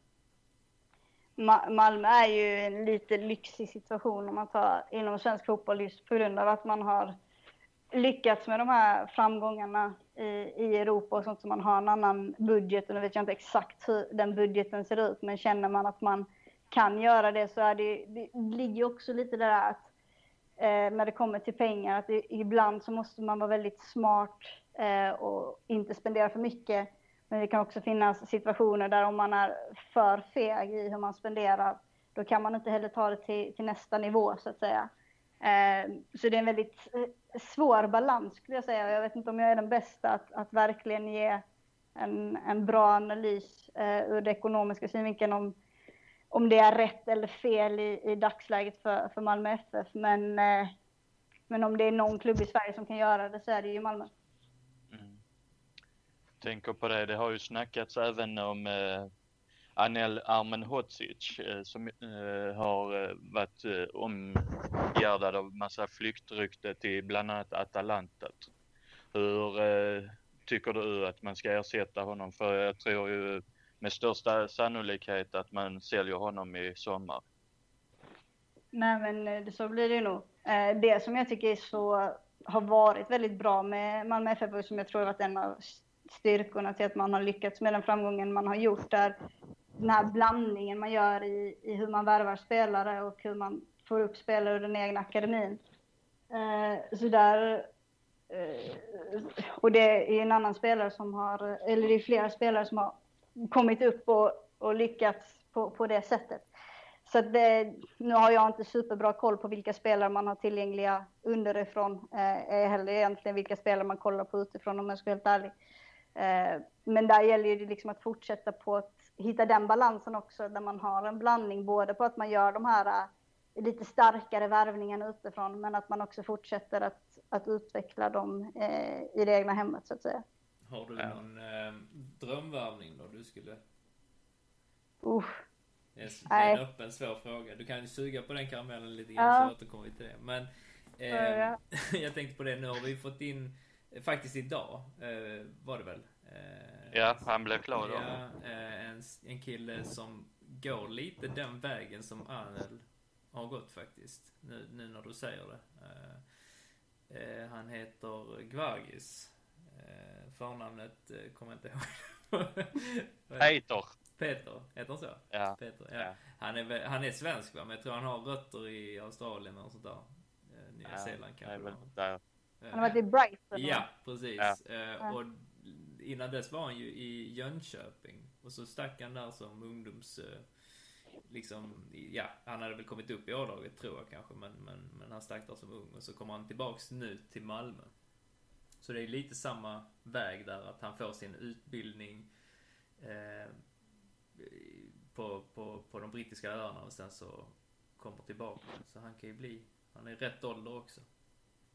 Ma- Malmö är ju en lite lyxig situation om man tar inom svensk fotboll, just på grund av att man har lyckats med de här framgångarna i, i Europa och sånt, som man har en annan budget, och nu vet jag inte exakt hur den budgeten ser ut, men känner man att man kan göra det, så är det, det ligger också lite där att eh, när det kommer till pengar, att det, ibland så måste man vara väldigt smart eh, och inte spendera för mycket, men det kan också finnas situationer där om man är för feg i hur man spenderar, då kan man inte heller ta det till, till nästa nivå, så att säga. Eh, så det är en väldigt svår balans, skulle jag säga. Jag vet inte om jag är den bästa att, att verkligen ge en, en bra analys eh, ur det ekonomiska synvinkeln, om, om det är rätt eller fel i, i dagsläget för, för Malmö F F. Men, eh, men om det är någon klubb i Sverige som kan göra det, så är det ju Malmö. Mm. Tänker på det, det har ju snackats även om eh, Anel Ahmedhodzic eh, som eh, har eh, varit eh, omgärdad av massa flyktrykte till bland annat Atalanta. Hur eh, tycker du att man ska ersätta honom? För jag tror ju med största sannolikhet att man säljer honom i sommar. Nej, men det, så blir det ju nog. Eh, det som jag tycker är så, har varit väldigt bra med Malmö F F, och som jag tror har varit en av styrkorna till att man har lyckats med den framgången man har gjort, där den här blandningen man gör i, i hur man värvar spelare och hur man får upp spelare ur den egna akademin. Eh, så där, eh, och det är en annan spelare som har, eller det är flera spelare som har kommit upp och, och lyckats på, på det sättet. Så att det, nu har jag inte superbra koll på vilka spelare man har tillgängliga underifrån, eh, eller egentligen vilka spelare man kollar på utifrån, om jag ska vara helt ärlig. Eh, men där gäller det liksom att fortsätta på att hitta den balansen också, där man har en blandning både på att man gör de här uh, lite starkare värvningarna utifrån, men att man också fortsätter att, att utveckla dem uh, i det egna hemmet, så att säga. Har du ja. någon uh, drömvärvning då du skulle? Uh. Det är, det är en öppen svår fråga. Du kan ju suga på den karamellen lite grann, ja. Så återkommer vi till det. Men eh, ja. Jag tänkte på det, nu har vi fått in faktiskt idag eh, var det väl? Eh, ja, han blev klar då. Ja, eh, en, en kille som går lite den vägen som Anel har gått faktiskt. Nu, nu när du säger det. Eh, eh, han heter Gvargis. Eh, förnamnet eh, kommer jag inte ihåg. Peter. Peter, heter han så? Ja. Peter, ja. Ja. Han, är, han är svensk, va? Men jag tror han har rötter i Australien och sånt där. Eh, Nya ja, Zeeland kanske. Där. Han har varit i Brighton. Ja, precis. Ja. Eh, och innan dess var han ju i Jönköping. Och så stack han där som ungdoms... Eh, liksom, ja, han hade väl kommit upp i A-laget tror jag kanske. Men, men, men han stack där som ung. Och så kommer han tillbaks nu till Malmö. Så det är lite samma väg där. Att han får sin utbildning eh, på, på, på de brittiska öarna. Och sen så kommer tillbaka. Så han kan ju bli... Han är rätt ålder också.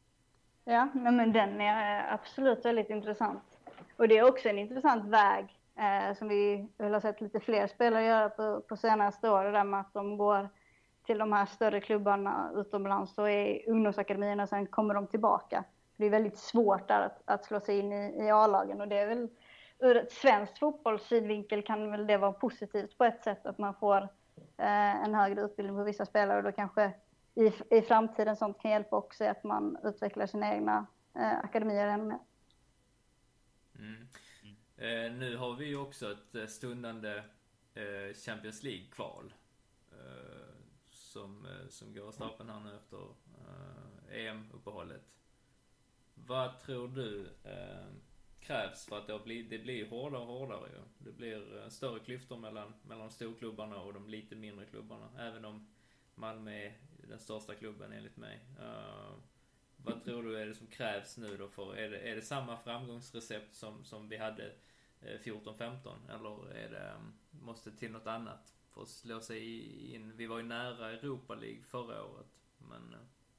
Ja, men den är absolut väldigt intressant. Och det är också en intressant väg Eh, som vi har sett lite fler spelare göra på, på senaste år. Det där med att de går till de här större klubbarna utomlands och är i ungdomsakademierna och sen kommer de tillbaka. Det är väldigt svårt där att, att slå sig in i, i A-lagen, och det är väl ur ett svenskt fotbollssynvinkel kan väl det vara positivt på ett sätt att man får eh, en högre utbildning på vissa spelare, och då kanske i, i framtiden sånt kan hjälpa också att man utvecklar sina egna eh, akademier ännu mer. Mm. Eh, nu har vi ju också ett stundande eh, Champions League-kval eh, som, eh, som går av stapeln här nu efter eh, E M-uppehållet. Vad tror du eh, krävs för att det blir, det blir hårdare och hårdare ju. Det blir eh, större klyftor mellan, mellan storklubbarna och de lite mindre klubbarna, även om Malmö är den största klubben enligt mig. Uh, vad tror du är det som krävs nu då? För, är, det, är det samma framgångsrecept som, som vi hade eh, fjorton femton, eller är det, um, måste till något annat för att slå sig in? Vi var ju nära Europa League förra året, men... Uh...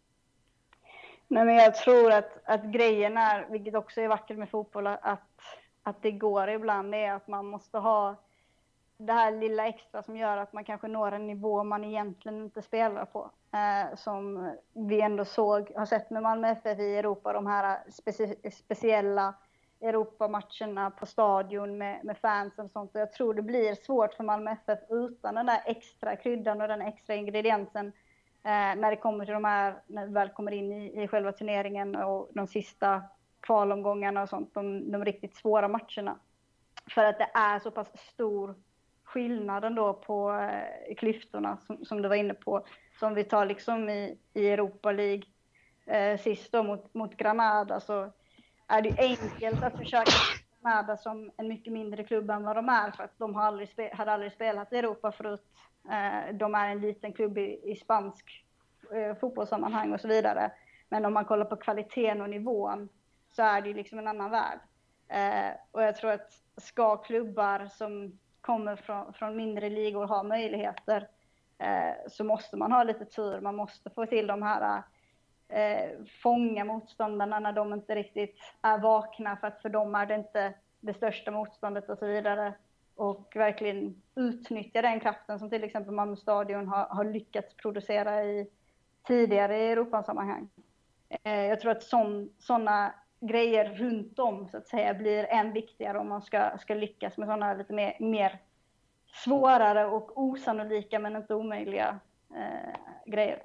Nej, men jag tror att, att grejen är, vilket också är vackert med fotboll, att, att det går ibland, är att man måste ha det här lilla extra som gör att man kanske når en nivå man egentligen inte spelar på. Eh, som vi ändå såg, har sett med Malmö F F i Europa, de här speci- speciella Europamatcherna på stadion med, med fans och sånt. Och jag tror det blir svårt för Malmö F F utan den där extra kryddan och den extra ingrediensen eh, när det kommer till de här, när vi väl kommer in i, i själva turneringen och de sista kvalomgångarna och sånt, de, de riktigt svåra matcherna. För att det är så pass stor skillnaden då på eh, klyftorna som, som du var inne på. Som vi tar liksom i, i Europa League eh, sist då mot, mot Granada, så är det enkelt att försöka Granada som en mycket mindre klubb än vad de är, för att de har aldrig spe, hade aldrig spelat i Europa förut. Eh, de är en liten klubb i, i spansk eh, fotbollssammanhang och så vidare. Men om man kollar på kvaliteten och nivån så är det liksom en annan värld. Eh, och jag tror att ska klubbar som kommer från, från mindre ligor ha möjligheter, eh, så måste man ha lite tur. Man måste få till de här eh, fånga motståndarna när de inte riktigt är vakna, för att för dem är det inte det största motståndet och så vidare. Och verkligen utnyttja den kraften som till exempel Malmö Stadion har, har lyckats producera i tidigare i Europasammanhang. Eh, jag tror att sådana grejer runt om så att säga blir än viktigare om man ska, ska lyckas med sådana lite mer, mer svårare och osannolika men inte omöjliga eh, grejer.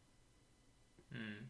Mm.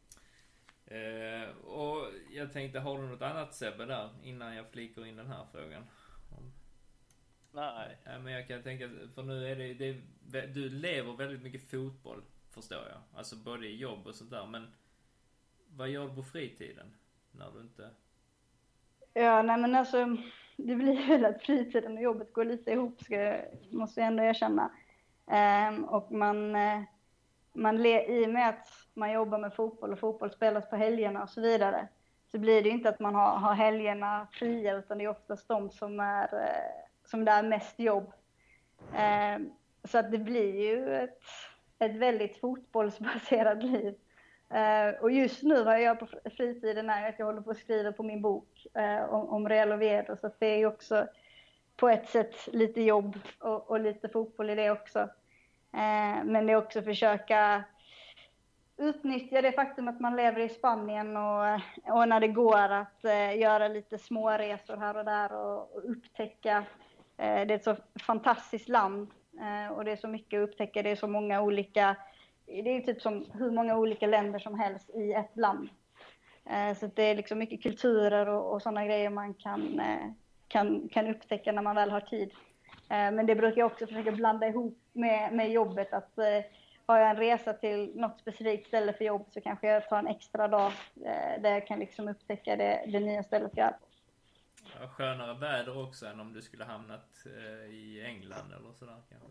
Eh, och jag tänkte, har du något annat, Sebbe, där innan jag flikar in den här frågan? Om... Nej. Ja, men jag kan tänka, för nu är det, det du lever väldigt mycket fotboll, förstår jag. Alltså både i jobb och sånt där, men vad gör du på fritiden när du inte... Ja, nej men alltså, det blir väl att fritiden och jobbet går lite ihop, ska jag, måste jag ändå erkänna. Ehm, och man, man le, i och med att man jobbar med fotboll och fotboll spelas på helgerna och så vidare, så blir det inte att man har, har helgerna fria, utan det är oftast de som är, som det är mest jobb. Ehm, så att det blir ju ett, ett väldigt fotbollsbaserat liv. Uh, och just nu vad jag gör på fritiden är att jag håller på att skriva på min bok uh, om, om Real Oviedo, så att det är ju också på ett sätt lite jobb och, och lite fotboll i det också. Uh, men det är också att försöka utnyttja det faktum att man lever i Spanien och, och när det går att uh, göra lite små resor här och där och, och upptäcka. Uh, det är ett så fantastiskt land uh, och det är så mycket att upptäcka, det är så många olika. Det är typ som hur många olika länder som helst i ett land. Eh, så det är liksom mycket kulturer och, och sådana grejer man kan, eh, kan, kan upptäcka när man väl har tid. Eh, men det brukar jag också försöka blanda ihop med, med jobbet. Att eh, har jag en resa till något specifikt ställe för jobb, så kanske jag tar en extra dag eh, där jag kan liksom upptäcka det, det nya stället jag är på. Ja, skönare väder också än om du skulle hamnat eh, i England eller sådär kanske.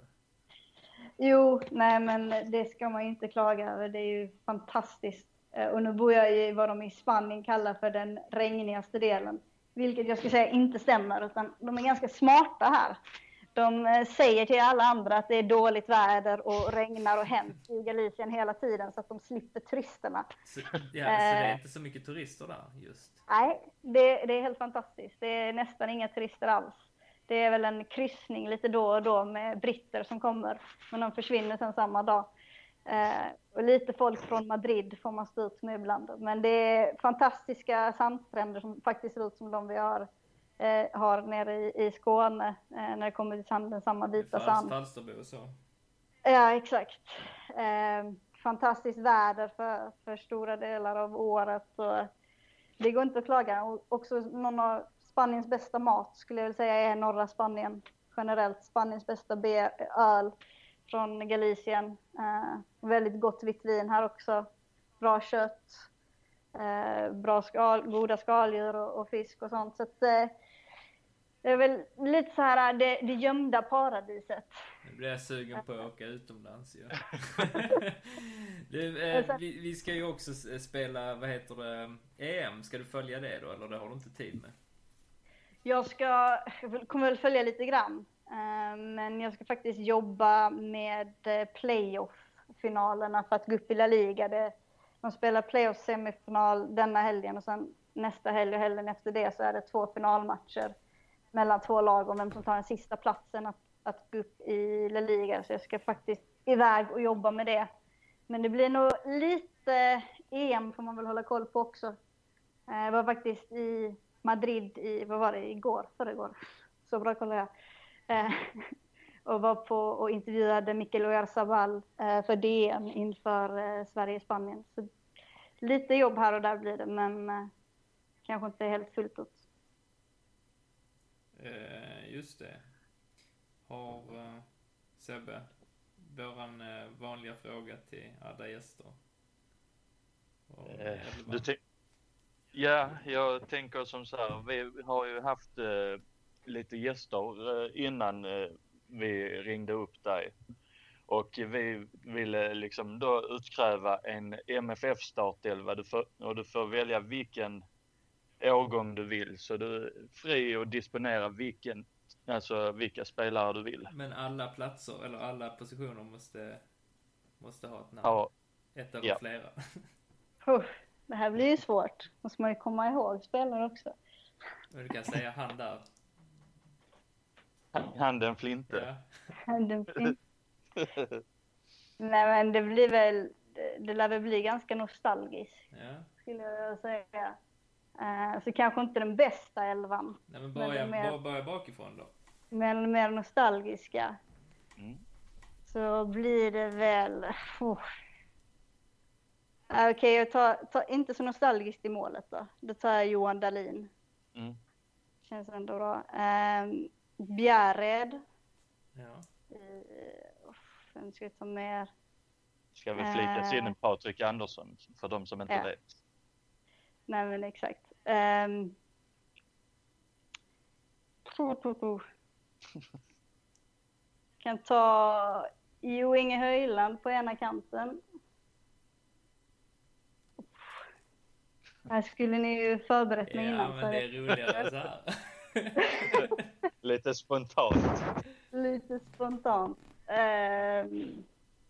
Jo, nej men det ska man ju inte klaga över. Det är ju fantastiskt. Och nu bor jag i vad de i Spanien kallar för den regnigaste delen. Vilket jag skulle säga inte stämmer, utan de är ganska smarta här. De säger till alla andra att det är dåligt väder och regnar och hemskt i Galicien hela tiden, så att de slipper turisterna. Så, ja, så det är inte så mycket turister där just? Nej, det, det är helt fantastiskt. Det är nästan inga turister alls. det är väl en kryssning lite då och då med britter som kommer, men de försvinner sen samma dag. Eh, och lite folk från Madrid får man stå ut med ibland. Men det är fantastiska sandstränder som faktiskt ser ut som de vi har, eh, har nere i, i Skåne. Eh, när det kommer till sanden, samma vita Fals, sand. Falsterbo och så. Ja, exakt. Eh, fantastiskt väder för, för stora delar av året. Och det går inte att klaga. Och också någon av Spaniens bästa mat skulle jag vilja säga är norra Spanien. Generellt Spaniens bästa be- öl från Galicien. Eh, väldigt gott vitt vin här också. Bra kött. Eh, bra skal, goda skaldjur och, och fisk och sånt. Så att, eh, det är väl lite så här det, det gömda paradiset. Nu blir jag sugen på att åka utomlands. Ja. du, eh, vi, vi ska ju också spela, vad heter det, E M. Ska du följa det då? Eller det har du inte tid med? Jag ska, jag kommer väl följa lite grann. Men jag ska faktiskt jobba med playoff-finalerna för att gå upp i La Liga. Det, de spelar playoff-semifinal denna helgen och sen nästa helg och helgen efter det så är det två finalmatcher mellan två lag om vem som tar den sista platsen att, att gå upp i La Liga. Så jag ska faktiskt iväg och jobba med det. Men det blir nog lite E M får man väl hålla koll på också. Jag var faktiskt i Madrid i, vad var det, igår, förrgår. Så bra kollar jag. Eh, och var på och intervjuade Mikel Oyarzabal eh, för D M inför eh, Sverige-Spanien. Så lite jobb här och där blir det, men eh, kanske inte helt fullt ut. Eh, just det. Har eh, Sebbe våran eh, vanliga fråga till alla gäster? Eh, du t- ja, jag tänker som så här. Vi har ju haft eh, lite gäster eh, innan eh, vi ringde upp dig. Och vi ville liksom då utkräva en M F F-startelva du får, och du får välja vilken årgång du vill. Så du är fri att disponera vilken, alltså vilka spelare du vill. Men alla platser eller alla positioner måste, måste ha ett namn. Ja. Ett eller Ja. flera. Oh, det här blir ju svårt. Måste man ju komma ihåg spelare också. Men du kan säga han där. Handen Flinte. Ja. Nej, men det blir väl, det lär väl bli ganska nostalgiskt, Ja. skulle jag säga. Uh, så kanske inte den bästa elvan. Nej, men börja, mer, bara börja bakifrån då. Men mer nostalgiska. Mm. Så blir det väl... Oh. Okej, okay, jag tar, tar inte så nostalgiskt i målet då. Då tar jag Johan Dahlin. Mm. Känns ändå bra. Um, Bjärred. Ja. Uh, vem ska jag ta mer? Ska vi flika in en Patrik Andersson för de som inte ja. vet. Nej, men exakt. Um, kan ta Jo Inge Höjland på ena kanten. Här skulle ni ju förberett mig ja, innan. Ja, men det är roligare så här. Lite spontant. Lite spontant. Ja, um,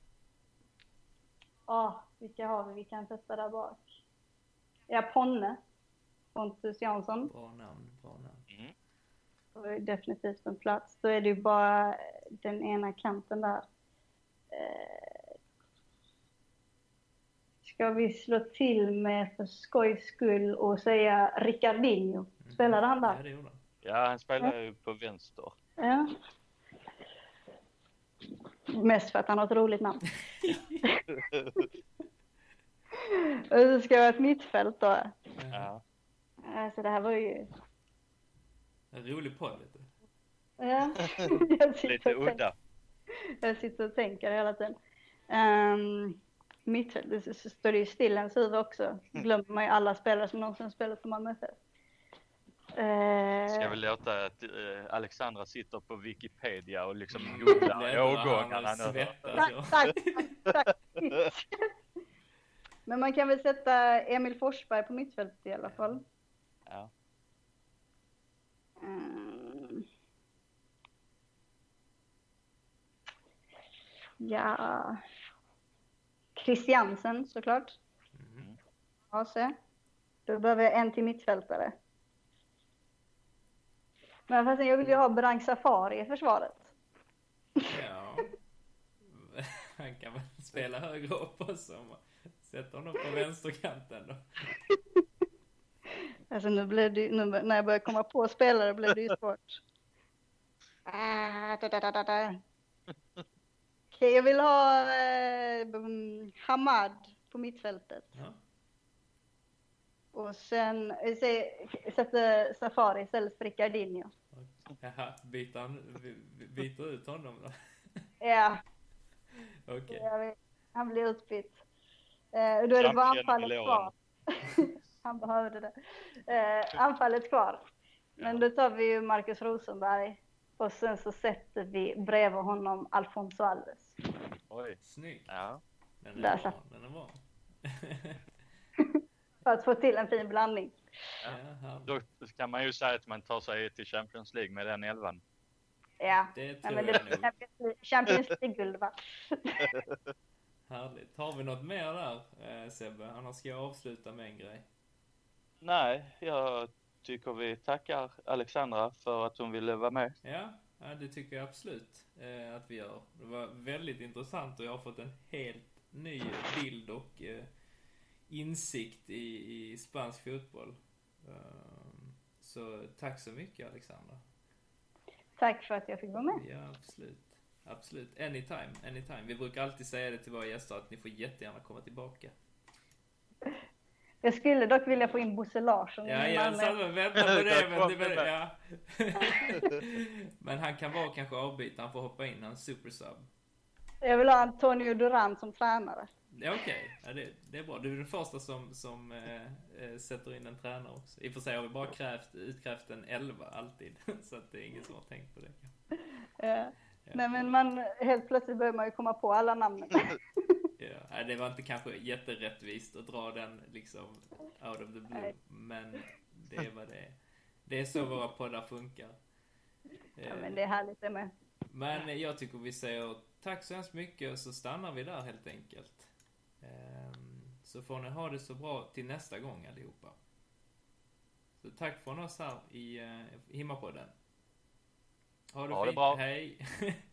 oh, vilka har vi? Vi kan sätta där bak. Ja, Ponne. Pontus Jansson. Bra namn, bra namn. Mm. Och är definitivt en plats. Då är det ju bara den ena kanten där. Eh, ska vi slå till med för skojs skull och säga Ricardinho? Spelade han där? Ja, det gjorde han. Ja, han spelar ju på vänster. Ja. Mest för att han har ett roligt namn. Och så ska jag ha ett mittfält då. Ja. Alltså det här var ju... En rolig podd lite. Ja. Jag Lite udda. Jag sitter och tänker hela tiden. Um, mittfält, så står det ju still ens huvud också. Glömmer man ju alla spelare som någonsin spelat på Malmö F F. Uh, Ska vi låta att uh, Alexandra sitter på Wikipedia och liksom googlar årgångarna nu. Tack, tack, tack. Men man kan väl sätta Emil Forsberg på mittfältet i alla fall. Ja. Mm. Ja. Christiansen såklart. Mm. Ja, så. Då behöver jag en till mittfältare. Men fast jag vill ju ha Brang Safari i försvaret. Ja. Han kan väl spela högre upp också. Sätt honom på vänsterkanten då. Alltså nu blev det, nu när jag börjar komma på spelare blev det ju svårt. Ah, da, da, da, da, da. Okej, jag vill ha eh, Hamad på mittfältet. Ja. Och sen eh, se, sätter Safari istället för Ricardinho. Jaha, byter, han, byter ut honom då? Ja, Okej. jag vet. Han blir utbytt. Eh, och då är det bara anfallet kvar. Han behövde det. Eh, anfallet kvar. Men då tar vi ju Marcus Rosenberg. Och sen så sätter vi bredvid honom Alfonso Alves. Oj. Snyggt. Ja. Den är Där bra, satt. den är bra. För att få till en fin blandning. Ja. Ja, Då kan man ju säga att man tar sig till Champions League med den elvan. Ja, det Nej, tror men jag det nog. är Champions League-guld va? Härligt. Har vi något mer där, eh, Sebbe? Annars ska jag avsluta med en grej. Nej, jag tycker vi tackar Alexandra för att hon ville vara med. Ja, ja det tycker jag absolut eh, att vi gör. Det var väldigt intressant och jag har fått en helt ny bild och eh, insikt i, i spansk fotboll. Um, så tack så mycket, Alexandra. Tack för att jag fick vara med. Ja, absolut. Absolut. Anytime, anytime. Vi brukar alltid säga det till våra gäster att ni får jättegärna komma tillbaka. Jag skulle dock vilja få in Bosse Larsson. Ja, i jag Malmö. satt och väntade på det, men, det Där var, ja. Men han kan vara kanske avbyta, han får hoppa in, han är supersub. Jag vill ha Antonio Duran som tränare. Ja, okej. Okay. Ja, det, det är bra. Du är den första som, som eh, eh, sätter in en tränare också. I och för sig har vi bara krävt, utkrävt en elva alltid. Så att det är ingen som har tänkt på det. Ja. Ja. Nej, men man, helt plötsligt börjar man ju komma på alla namnen. Ja, det var inte kanske jätterättvist att dra den liksom out of the blue. Nej. Men det är vad det är. Det är så våra poddar funkar. Ja, men det är härligt det med. Men jag tycker vi säger tack så hemskt mycket och så stannar vi där helt enkelt. Så får ni ha det så bra till nästa gång allihopa. Så tack från oss här i Himmapodden. Ha det Ha det fint. bra. Hej.